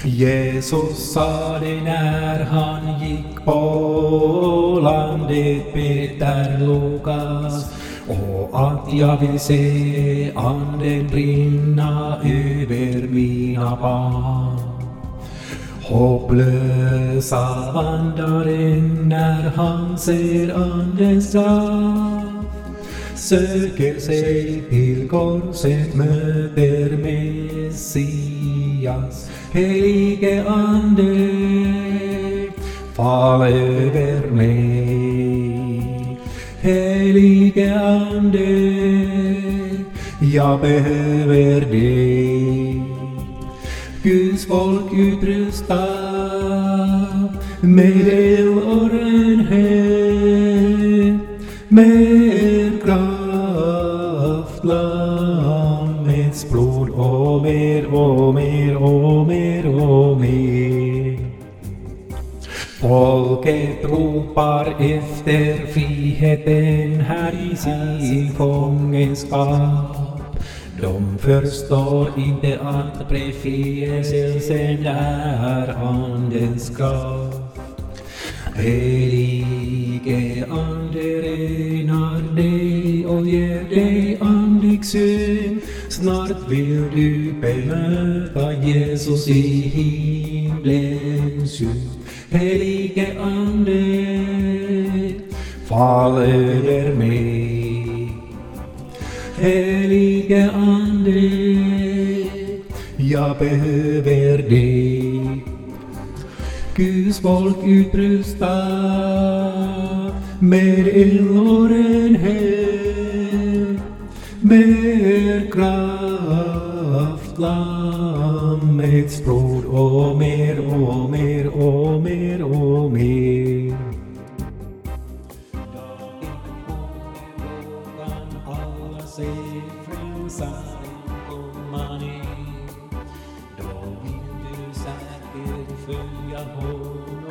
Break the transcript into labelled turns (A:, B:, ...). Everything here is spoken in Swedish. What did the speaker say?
A: Jesus sa det när han gick på landet Peter Lukas, och att jag vill se anden brinna över mina barn. Hopplösa vandaren när han ser andens kraft, söker sig till korset, möter Messias. Helige ande, fall över mig. Helige ande, jag behöver dig. Guds folk utrusta med eld och renhet, med kraft, Lammets blod och mer och mer och mer och mer. Folket ropar efter friheten här i sin fångenskap. De förstår inte att befrielsen är andens kraft. Helige ande renar dig och ger dig andlig syn. Snart vill du bemöta Jesus i himlens ljus. Helige ande, fall över mig. Helige ande, jag behöver dig. Guds folk utrusta med eld och renhet, med kraft, Lammets blod och mer och mer och mer och mer. Alla ser frälsaren komma ner, då vill du säkert följa honom.